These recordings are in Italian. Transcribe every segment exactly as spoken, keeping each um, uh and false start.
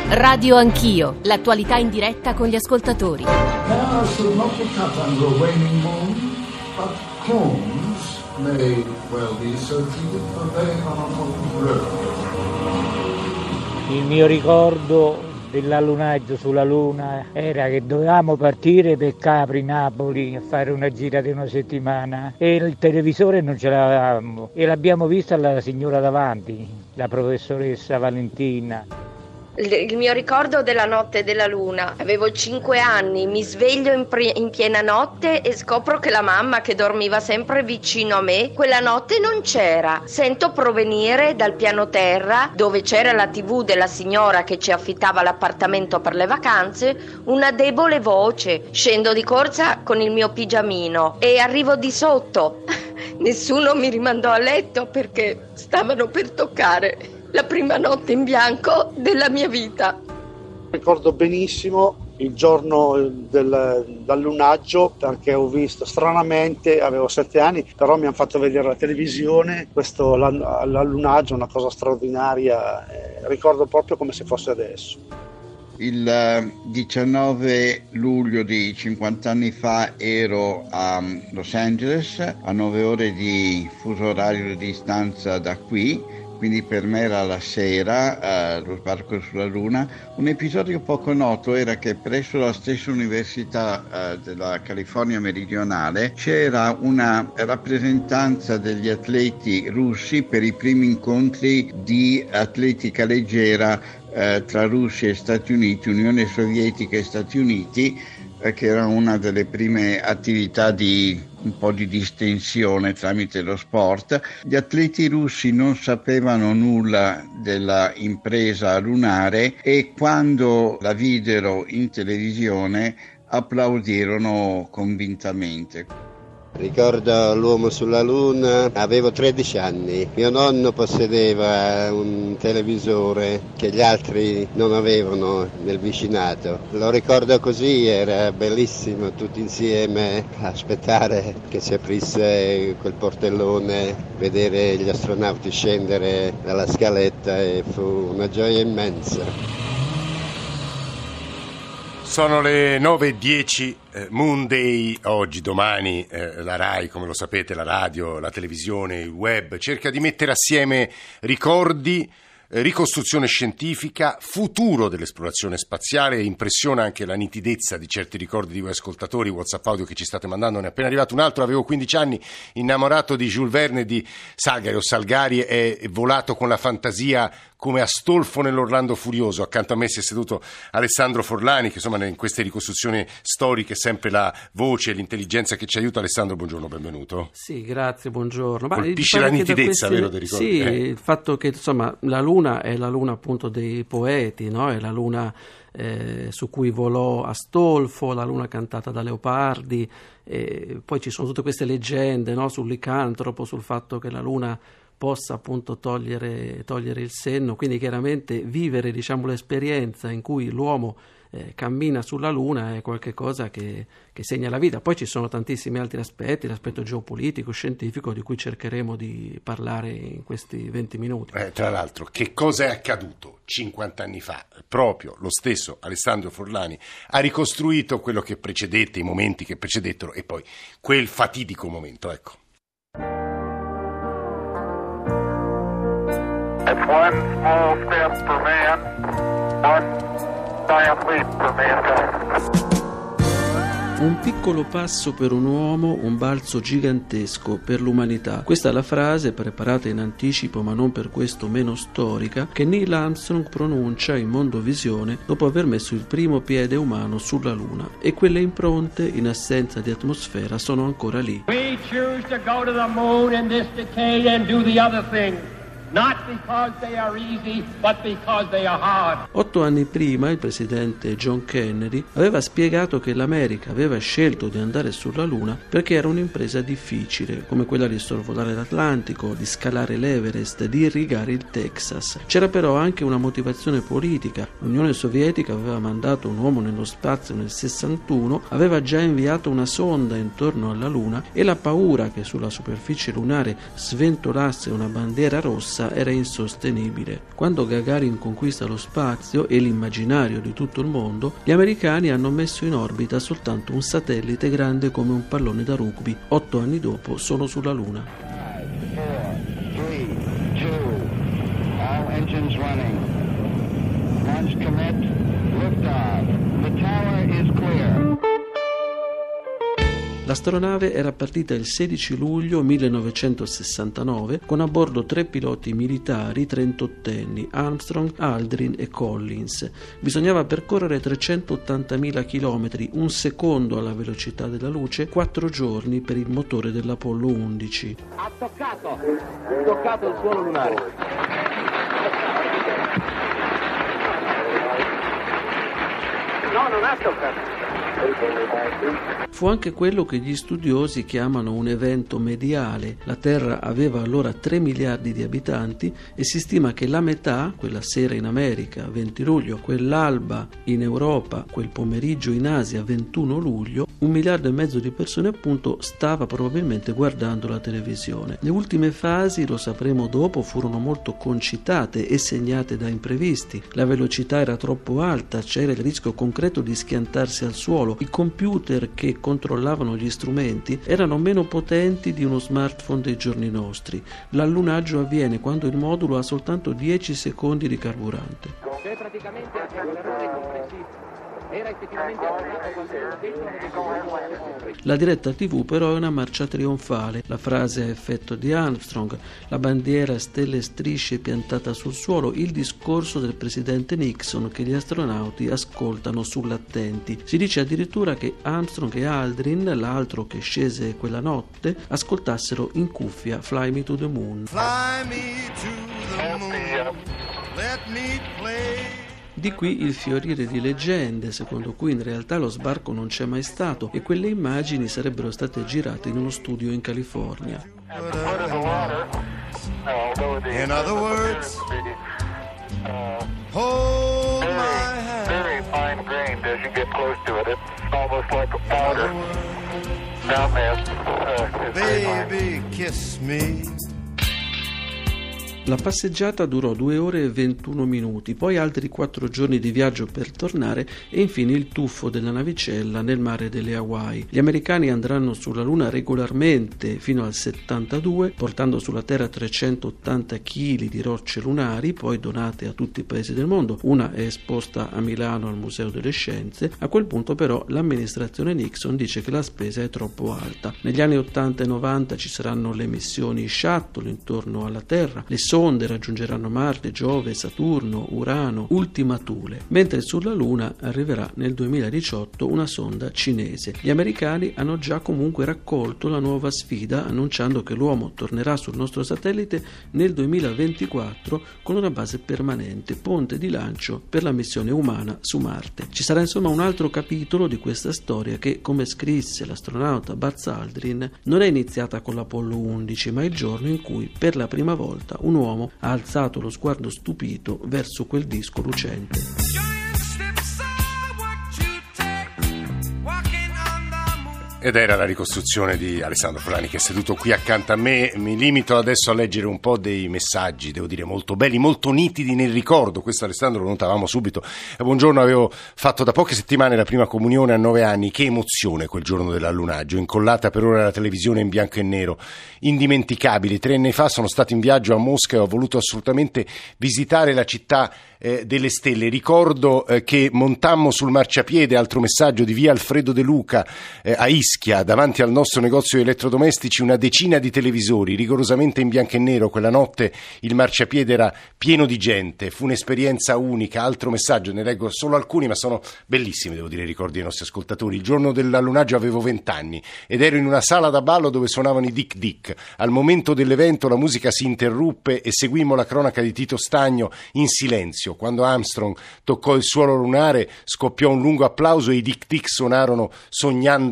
Radio Anch'io, l'attualità in diretta con gli ascoltatori. Now should not be cut under a waning moon, but corns may well be so treated, for they are not grown. Il mio ricordo dell'allunaggio sulla Luna era che dovevamo partire per Capri, Napoli, a fare una gira di una settimana e il televisore non ce l'avevamo e l'abbiamo vista la signora davanti, la professoressa Valentina. Il mio ricordo della notte della luna: avevo cinque anni, mi sveglio in, pre- in piena notte e scopro che la mamma, che dormiva sempre vicino a me, quella notte non c'era. Sento provenire dal piano terra, dove c'era la tivù della signora che ci affittava l'appartamento per le vacanze, una debole voce. Scendo di corsa con il mio pigiamino e arrivo di sotto. Nessuno mi rimandò a letto perché stavano per toccare la prima notte in bianco della mia vita. Ricordo benissimo il giorno del, dell'allunaggio, perché ho visto, stranamente, avevo sette anni, però mi hanno fatto vedere la televisione, questo l'allunaggio, una cosa straordinaria, eh, ricordo proprio come se fosse adesso. Il diciannove luglio di cinquanta anni fa ero a Los Angeles, a nove ore di fuso orario di distanza da qui, quindi per me era la sera, eh, lo sbarco sulla Luna. Un episodio poco noto era che presso la stessa università eh, della California meridionale c'era una rappresentanza degli atleti russi per i primi incontri di atletica leggera eh, tra Russia e Stati Uniti, Unione Sovietica e Stati Uniti, eh, che era una delle prime attività di un po' di distensione tramite lo sport. Gli atleti russi non sapevano nulla della impresa lunare e quando la videro in televisione applaudirono convintamente. Ricordo l'uomo sulla Luna, avevo tredici anni, mio nonno possedeva un televisore che gli altri non avevano nel vicinato. Lo ricordo così, era bellissimo, tutti insieme a aspettare che si aprisse quel portellone, vedere gli astronauti scendere dalla scaletta, e fu una gioia immensa. Sono le nove e dieci, eh, Moon Day, oggi, domani, eh, la Rai, come lo sapete, la radio, la televisione, il web, cerca di mettere assieme ricordi, eh, ricostruzione scientifica, futuro dell'esplorazione spaziale. Impressiona anche la nitidezza di certi ricordi di voi ascoltatori, WhatsApp audio che ci state mandando. Ne è appena arrivato un altro: avevo quindici anni, innamorato di Jules Verne, di Salgari o Salgari, è volato con la fantasia come Astolfo nell'Orlando Furioso. Accanto a me si è seduto Alessandro Forlani, che insomma in queste ricostruzioni storiche è sempre la voce e l'intelligenza che ci aiuta. Alessandro, buongiorno, benvenuto. Sì, grazie, buongiorno. Ma colpisce la nitidezza, questi, vero, dei ricordi? Sì, eh. il fatto che insomma la luna è la luna appunto dei poeti, no? È la luna eh, su cui volò Astolfo, la luna cantata da Leopardi, e poi ci sono tutte queste leggende, no? Sul licantropo, sul fatto che la luna possa appunto togliere, togliere il senno, quindi chiaramente vivere, diciamo, l'esperienza in cui l'uomo eh, cammina sulla Luna è qualcosa che, che segna la vita. Poi ci sono tantissimi altri aspetti, l'aspetto geopolitico, scientifico, di cui cercheremo di parlare in questi venti minuti. Eh, tra l'altro, che cosa è accaduto cinquanta anni fa? Proprio lo stesso Alessandro Forlani ha ricostruito quello che precedette, i momenti che precedettero e poi quel fatidico momento, ecco. It's one small step for man, one giant leap for mankind. Un piccolo passo per un uomo, un balzo gigantesco per l'umanità. Questa è la frase, preparata in anticipo ma non per questo meno storica, che Neil Armstrong pronuncia in Mondovisione dopo aver messo il primo piede umano sulla Luna. E quelle impronte, in assenza di atmosfera, sono ancora lì. We choose to go to the moon in this decade and do the other thing. Not because they are easy, but because they are hard. Otto anni prima il presidente John Kennedy aveva spiegato che l'America aveva scelto di andare sulla Luna perché era un'impresa difficile, come quella di sorvolare l'Atlantico, di scalare l'Everest, di irrigare il Texas. C'era però anche una motivazione politica. L'Unione Sovietica aveva mandato un uomo nello spazio nel sessantuno, aveva già inviato una sonda intorno alla Luna e la paura che sulla superficie lunare sventolasse una bandiera rossa realtà era insostenibile. Quando Gagarin conquista lo spazio e l'immaginario di tutto il mondo, gli americani hanno messo in orbita soltanto un satellite grande come un pallone da rugby. Otto anni dopo sono sulla Luna. three, two, all engines running. Launch commit, liftoff. The tower is clear. L'astronave era partita il sedici luglio millenovecentosessantanove con a bordo tre piloti militari trentottenni, Armstrong, Aldrin e Collins. Bisognava percorrere trecentottantamila chilometri, un secondo alla velocità della luce, quattro giorni per il motore dell'Apollo undici. Ha toccato, ha toccato il suolo lunare. No, non ha toccato. Fu anche quello che gli studiosi chiamano un evento mediale. La Terra aveva allora tre miliardi di abitanti e si stima che la metà, quella sera in America, venti luglio, quell'alba in Europa, quel pomeriggio in Asia, ventuno luglio, un miliardo e mezzo di persone appunto stava probabilmente guardando la televisione. Le ultime fasi, lo sapremo dopo, furono molto concitate e segnate da imprevisti. La velocità era troppo alta, c'era il rischio concreto di schiantarsi al suolo. I computer che controllavano gli strumenti erano meno potenti di uno smartphone dei giorni nostri. L'allunaggio avviene quando il modulo ha soltanto dieci secondi di carburante. Cioè praticamente è un errore comprensibile. Era effettivamente allunato quando ero dentro nel. La diretta tivù però è una marcia trionfale. La frase a effetto di Armstrong, la bandiera a stelle e strisce piantata sul suolo, il discorso del presidente Nixon che gli astronauti ascoltano sull'attenti. Si dice addirittura che Armstrong e Aldrin, l'altro che scese quella notte, ascoltassero in cuffia Fly Me to the Moon. Fly me to the moon, let me play. Di qui il fiorire di leggende, secondo cui in realtà lo sbarco non c'è mai stato e quelle immagini sarebbero state girate in uno studio in California. In other words, hold my hand. Very fine grained as you get close to it. It's almost like a powder. Now, man, uh, it's very fine. Baby, kiss me. La passeggiata durò due ore e ventuno minuti, poi altri quattro giorni di viaggio per tornare e infine il tuffo della navicella nel mare delle Hawaii. Gli americani andranno sulla Luna regolarmente fino al settantadue, portando sulla Terra trecentottanta chili di rocce lunari, poi donate a tutti i paesi del mondo. Una è esposta a Milano al Museo delle Scienze. A quel punto però l'amministrazione Nixon dice che la spesa è troppo alta. Negli anni ottanta e novanta ci saranno le missioni Shuttle intorno alla Terra, le sonde raggiungeranno Marte, Giove, Saturno, Urano, Ultima Thule, mentre sulla Luna arriverà nel duemiladiciotto una sonda cinese. Gli americani hanno già comunque raccolto la nuova sfida, annunciando che l'uomo tornerà sul nostro satellite nel duemilaventiquattro con una base permanente, ponte di lancio per la missione umana su Marte. Ci sarà insomma un altro capitolo di questa storia che, come scrisse l'astronauta Buzz Aldrin, non è iniziata con l'Apollo undici, ma il giorno in cui per la prima volta un uomo ha alzato lo sguardo stupito verso quel disco lucente. Ed era la ricostruzione di Alessandro Forlani, che è seduto qui accanto a me. Mi limito adesso a leggere un po' dei messaggi, devo dire molto belli, molto nitidi nel ricordo. Questo, Alessandro, lo notavamo subito. E buongiorno, avevo fatto da poche settimane la prima comunione a nove anni. Che emozione quel giorno dell'allunaggio, incollata per ora alla televisione in bianco e nero, indimenticabili. Tre anni fa sono stato in viaggio a Mosca e ho voluto assolutamente visitare la città eh, delle stelle. Ricordo eh, che montammo sul marciapiede, altro messaggio di via Alfredo De Luca eh, a Ischia, davanti al nostro negozio di elettrodomestici, una decina di televisori rigorosamente in bianco e nero. Quella notte il marciapiede era pieno di gente, fu un'esperienza unica. Altro messaggio, ne leggo solo alcuni ma sono bellissimi, devo dire, i ricordi dei nostri ascoltatori. Il giorno dell'allunaggio avevo vent'anni ed ero in una sala da ballo dove suonavano i Dick Dick. Al momento dell'evento la musica si interruppe e seguimmo la cronaca di Tito Stagno in silenzio. Quando Armstrong toccò il suolo lunare scoppiò un lungo applauso e i Dick Dick suonarono Sognando eh,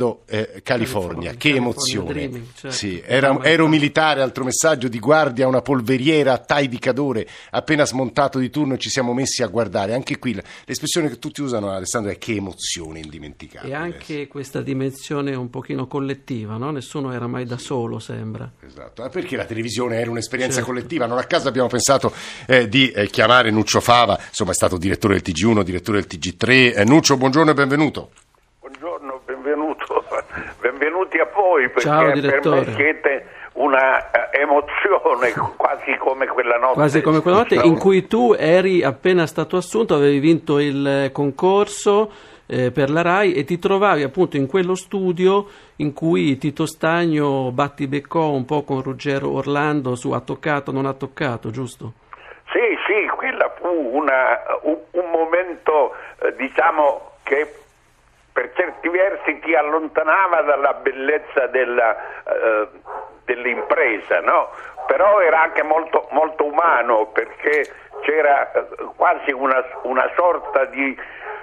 eh, California. Che California emozione. Dreaming, certo. Sì, era, ero militare, altro messaggio di guardia, una polveriera a Tai di Cadore, appena smontato di turno ci siamo messi a guardare. Anche qui l'espressione che tutti usano, Alessandro, è che emozione indimenticabile. E anche questa dimensione un pochino collettiva, no? Nessuno era mai da solo, sembra. Esatto, perché la televisione era un'esperienza certo. collettiva. Non a caso abbiamo pensato eh, di eh, chiamare Nuccio Fava, insomma è stato direttore del T G uno, direttore del T G tre. Eh, Nuccio, buongiorno e benvenuto. Buongiorno, benvenuto, benvenuti a voi, perché Ciao, direttore. per me siete una uh, emozione quasi come quella notte. Quasi come quella notte in cui tu eri appena stato assunto, avevi vinto il concorso eh, per la RAI e ti trovavi appunto in quello studio in cui Tito Stagno battibeccò un po' con Ruggero Orlando su ha toccato, non ha toccato, giusto? Sì, sì, quella fu una, un, un momento eh, diciamo che per certi versi ti allontanava dalla bellezza della, eh, dell'impresa, no? Però era anche molto, molto umano, perché c'era eh, quasi una, una sorta di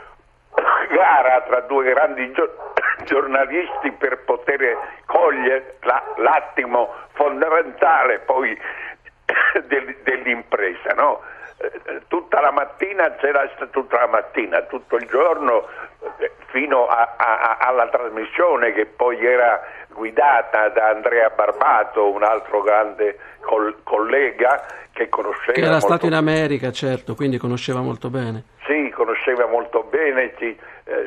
gara tra due grandi gio- giornalisti per poter cogliere la, l'attimo fondamentale poi del, dell'impresa, no? Eh, tutta la mattina c'era tutta la mattina, tutto il giorno eh, fino a, a, alla trasmissione che poi era guidata da Andrea Barbato, un altro grande col- collega che conosceva che era molto stato in America, certo, quindi conosceva molto bene. Sì, conosceva molto bene, si, eh,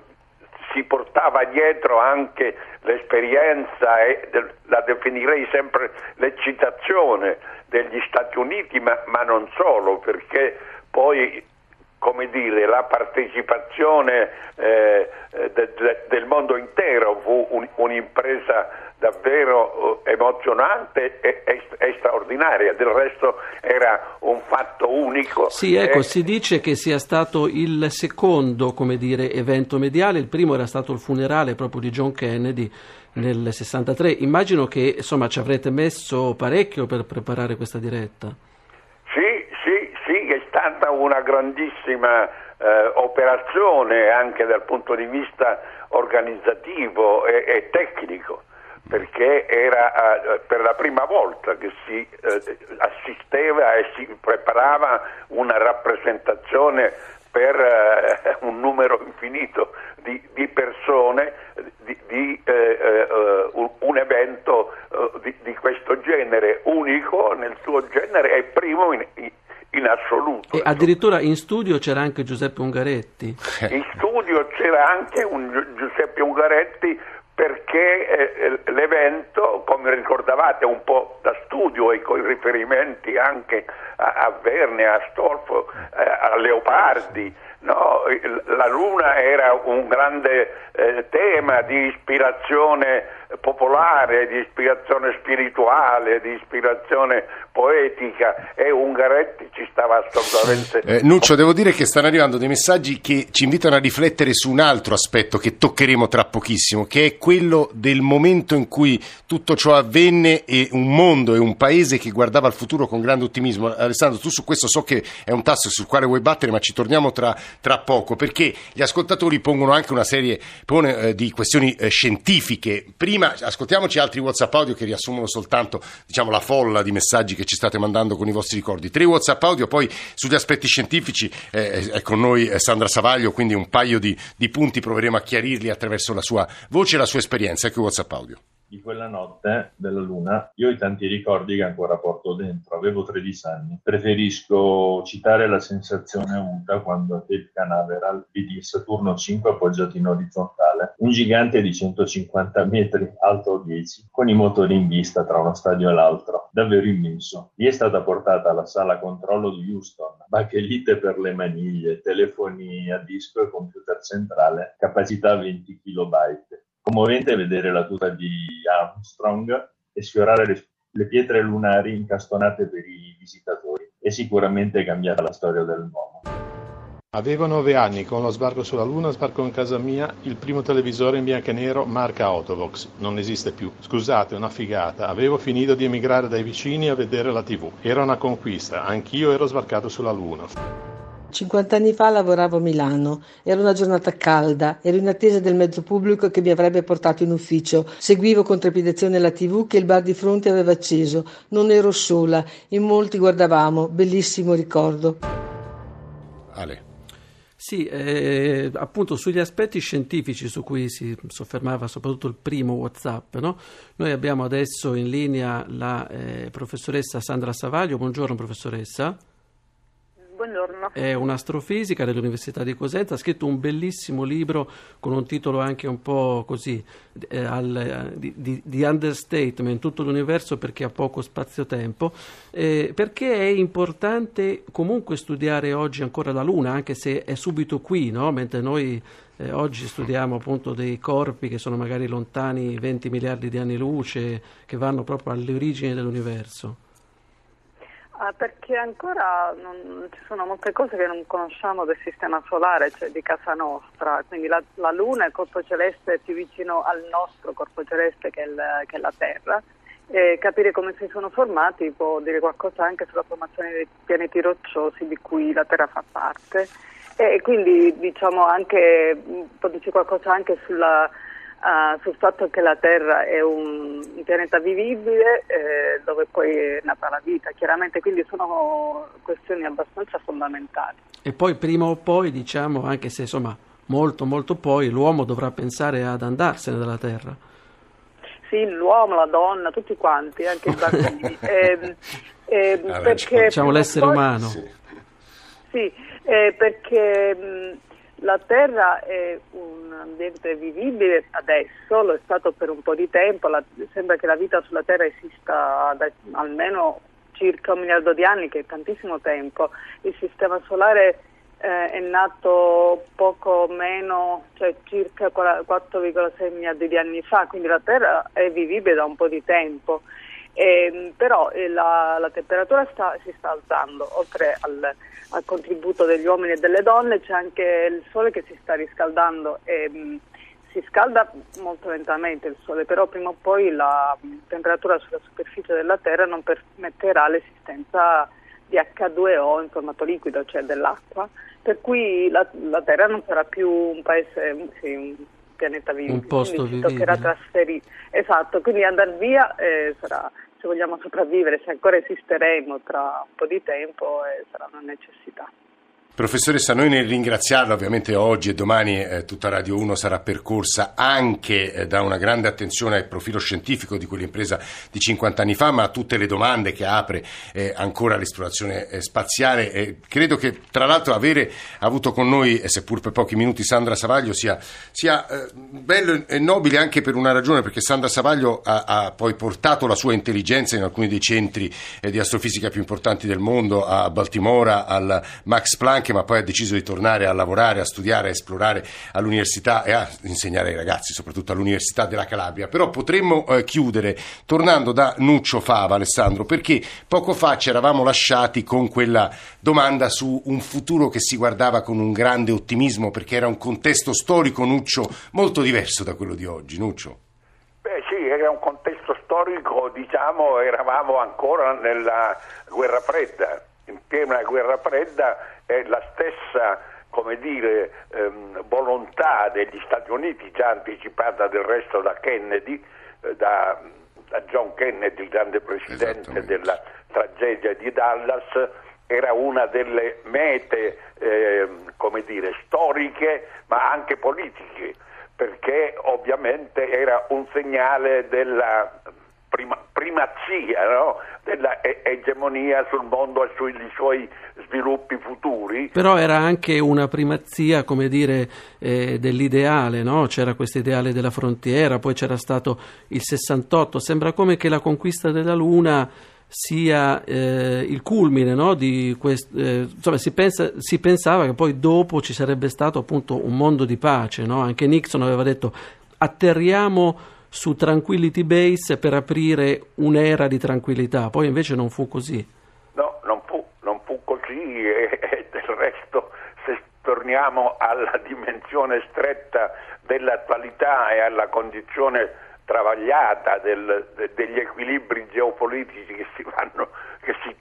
si portava dietro anche l'esperienza e de- la definirei sempre l'eccitazione degli Stati Uniti, ma, ma non solo, perché poi, come dire, la partecipazione eh, de- de- del mondo intero fu un- un'impresa davvero eh, emozionante e, e, e straordinaria. Del resto era un fatto unico. Sì, ecco, e... si dice che sia stato il secondo, come dire, evento mediale. Il primo era stato il funerale proprio di John Kennedy nel sessantatré. Immagino che insomma ci avrete messo parecchio per preparare questa diretta. Sì, sì, sì, è stata una grandissima eh, operazione anche dal punto di vista organizzativo e, e tecnico, perché era eh, per la prima volta che si eh, assisteva e si preparava una rappresentazione per eh, un numero infinito di, di persone, di, di eh, eh, un, un evento eh, di, di questo genere, unico nel suo genere e primo in, in assoluto. E addirittura in studio c'era anche Giuseppe Ungaretti. In studio c'era anche un Gi- Giuseppe Ungaretti, perché eh, l'evento, come ricordavate un po' da studio e con i riferimenti anche a, a Verne, a Astolfo, eh, a Leopardi, no? La Luna era un grande eh, tema di ispirazione popolare, di ispirazione spirituale, di ispirazione poetica, e Ungaretti ci stava assolutamente... Eh, Nuccio, devo dire che stanno arrivando dei messaggi che ci invitano a riflettere su un altro aspetto che toccheremo tra pochissimo, che è quello del momento in cui tutto ciò avvenne e un mondo e un paese che guardava al futuro con grande ottimismo. Alessandro, tu su questo so che è un tasto sul quale vuoi battere, ma ci torniamo tra, tra poco, perché gli ascoltatori pongono anche una serie pone, eh, di questioni eh, scientifiche. Prima ascoltiamoci altri WhatsApp audio che riassumono soltanto, diciamo, la folla di messaggi che ci state mandando con i vostri ricordi. Tre WhatsApp audio, poi sugli aspetti scientifici eh, è con noi Sandra Savaglio, quindi un paio di, di punti proveremo a chiarirli attraverso la sua voce e la sua esperienza. Ecco WhatsApp audio. Di quella notte della Luna io ho i tanti ricordi che ancora porto dentro. Avevo tredici anni. Preferisco citare la sensazione avuta quando a Cape Canaveral vidi il Saturno cinque appoggiato in orizzontale, un gigante di centocinquanta metri, alto dieci, con i motori in vista tra uno stadio e l'altro, davvero immenso. Lì è stata portata alla sala controllo di Houston, bacheliche per le maniglie, telefoni a disco e computer centrale, capacità venti kilobyte. Commovente vedere la tuta di Armstrong e sfiorare le, le pietre lunari incastonate per i visitatori. E sicuramente è cambiata la storia dell'uomo. Avevo nove anni, con lo sbarco sulla Luna sbarcò in casa mia il primo televisore in bianco e nero marca Autovox. Non esiste più. Scusate, una figata. Avevo finito di emigrare dai vicini a vedere la tivù. Era una conquista. Anch'io ero sbarcato sulla Luna. cinquanta anni fa lavoravo a Milano, era una giornata calda, ero in attesa del mezzo pubblico che mi avrebbe portato in ufficio, seguivo con trepidazione la tivù che il bar di fronte aveva acceso, non ero sola, in molti guardavamo, bellissimo ricordo. Ale. Sì, eh, appunto sugli aspetti scientifici su cui si soffermava soprattutto il primo WhatsApp, no? Noi abbiamo adesso in linea la eh, professoressa Sandra Savaglio. Buongiorno professoressa. Buongiorno. È un'astrofisica dell'Università di Cosenza, ha scritto un bellissimo libro con un titolo anche un po' così eh, al, di, di, di understatement, tutto l'universo perché ha poco spazio-tempo. Eh, perché è importante comunque studiare oggi ancora la Luna, anche se è subito qui, no? Mentre noi eh, oggi studiamo appunto dei corpi che sono magari lontani venti miliardi di anni luce, che vanno proprio alle origini dell'universo. Ah, perché ancora non, ci sono molte cose che non conosciamo del sistema solare, cioè di casa nostra, quindi la, la Luna è il corpo celeste più vicino al nostro corpo celeste che è, il, che è la Terra, e capire come si sono formati può dire qualcosa anche sulla formazione dei pianeti rocciosi di cui la Terra fa parte, e quindi diciamo anche può dirci qualcosa anche sulla Uh, sul fatto che la Terra è un, un pianeta vivibile eh, dove poi è nata la vita, chiaramente, quindi sono questioni abbastanza fondamentali. E poi prima o poi, diciamo, anche se insomma molto molto poi, l'uomo dovrà pensare ad andarsene dalla Terra. Sì, l'uomo, la donna, tutti quanti, anche i bambini. eh, eh, allora, perché diciamo l'essere poi, umano. Sì, sì eh, perché mh, la Terra è un ambiente vivibile adesso, lo è stato per un po' di tempo, la, sembra che la vita sulla Terra esista da almeno circa un miliardo di anni, che è tantissimo tempo. Il sistema solare eh, è nato poco meno, cioè circa quattro virgola sei miliardi di anni fa, quindi la Terra è vivibile da un po' di tempo. Eh, però eh, la, la temperatura sta, si sta alzando, oltre al, al contributo degli uomini e delle donne c'è anche il Sole che si sta riscaldando e mh, si scalda molto lentamente il Sole, però prima o poi la mh, temperatura sulla superficie della Terra non permetterà l'esistenza di acca due o in formato liquido, cioè dell'acqua, per cui la, la Terra non sarà più un paese, sì, un pianeta vivibile, un posto quindi vivibile. Ci toccherà trasferire, esatto, quindi andare via eh, sarà, se vogliamo sopravvivere, se ancora esisteremo tra un po' di tempo, eh, sarà una necessità. Professoressa, noi nel ringraziarla, ovviamente oggi e domani eh, tutta Radio uno sarà percorsa anche eh, da una grande attenzione al profilo scientifico di quell'impresa di cinquanta anni fa, ma a tutte le domande che apre eh, ancora l'esplorazione eh, spaziale. Eh, credo che tra l'altro avere avuto con noi, eh, seppur per pochi minuti, Sandra Savaglio sia, sia eh, bello e nobile anche per una ragione, perché Sandra Savaglio ha, ha poi portato la sua intelligenza in alcuni dei centri eh, di astrofisica più importanti del mondo, a Baltimora, al Max Planck, ma poi ha deciso di tornare a lavorare, a studiare, a esplorare all'università e a insegnare ai ragazzi, soprattutto all'Università della Calabria. Però potremmo eh, chiudere tornando da Nuccio Fava, Alessandro, perché poco fa ci eravamo lasciati con quella domanda su un futuro che si guardava con un grande ottimismo, perché era un contesto storico, Nuccio, molto diverso da quello di oggi. Nuccio. Beh sì, era un contesto storico, diciamo, eravamo ancora nella guerra fredda, in piena guerra fredda. È la stessa, come dire, ehm, volontà degli Stati Uniti, già anticipata del resto da Kennedy, eh, da, da John Kennedy, il grande presidente della tragedia di Dallas, era una delle mete, eh, come dire, storiche, ma anche politiche, perché ovviamente era un segnale della prima, primazia, no? Della e- egemonia sul mondo e sui suoi sviluppi futuri. Però era anche una primazia, come dire, eh, dell'ideale, no? C'era questo ideale della frontiera, poi c'era stato il sessantotto, sembra come che la conquista della Luna sia eh, il culmine, no? Di quest- eh, insomma si, pensa, si pensava che poi dopo ci sarebbe stato appunto un mondo di pace, no? Anche Nixon aveva detto atterriamo su Tranquility Base per aprire un'era di tranquillità, poi invece non fu così. No, non fu, non fu così e, e del resto, se torniamo alla dimensione stretta dell'attualità e alla condizione travagliata del, de, degli equilibri geopolitici che si vanno, che si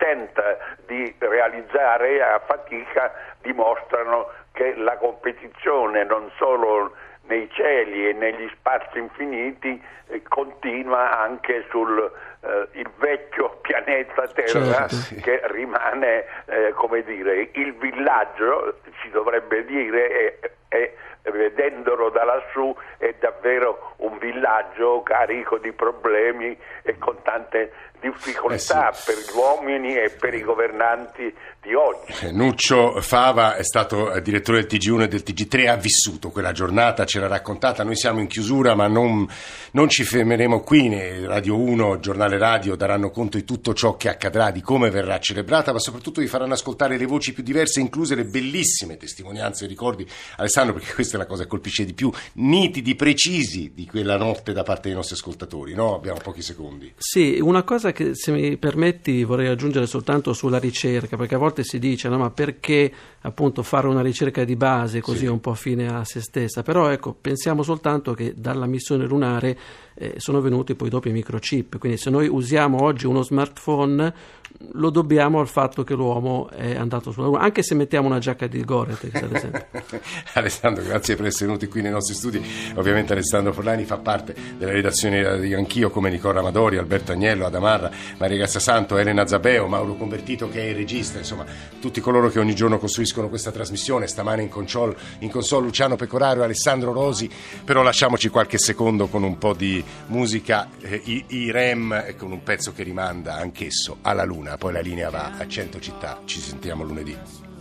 tenta di realizzare a fatica dimostrano che la competizione non solo nei cieli e negli spazi infiniti eh, continua anche sul eh, il vecchio pianeta Terra, certo, che rimane eh, come dire il villaggio, si dovrebbe dire, e, e vedendolo da lassù è davvero un villaggio carico di problemi e con tante difficoltà eh sì. per gli uomini e per i governanti di oggi. Nuccio Fava è stato direttore del T G uno e del T G tre, ha vissuto quella giornata, ce l'ha raccontata. Noi siamo in chiusura, ma non, non ci fermeremo qui. Radio uno, Giornale Radio daranno conto di tutto ciò che accadrà, di come verrà celebrata, ma soprattutto vi faranno ascoltare le voci più diverse, incluse le bellissime testimonianze e ricordi, Alessandro, perché questa è la cosa che colpisce di più, nitidi, precisi di quella notte da parte dei nostri ascoltatori, no? Abbiamo pochi secondi. Sì, una cosa che, se mi permetti, vorrei aggiungere soltanto sulla ricerca, perché a volte si dice no, ma perché appunto fare una ricerca di base così sì. un po' fine a se stessa, però ecco, pensiamo soltanto che dalla missione lunare eh, sono venuti poi dopo i microchip, quindi se noi usiamo oggi uno smartphone lo dobbiamo al fatto che l'uomo è andato sulla Luna, anche se mettiamo una giacca di Gore-Tex ad esempio. Alessandro, grazie per essere venuti qui nei nostri studi. Ovviamente Alessandro Forlani fa parte della redazione di Anch'io, come Nicola Amadori, Alberto Agnello, Adamarra, Maria Grazia Santo, Elena Zabeo, Mauro Convertito che è il regista, insomma tutti coloro che ogni giorno costruiscono questa trasmissione. Stamane in console, in console Luciano Pecorario e Alessandro Rosi, però lasciamoci qualche secondo con un po' di musica, eh, i, i Rem, con un pezzo che rimanda anch'esso alla Luna. Poi la linea va a cento città, ci sentiamo lunedì.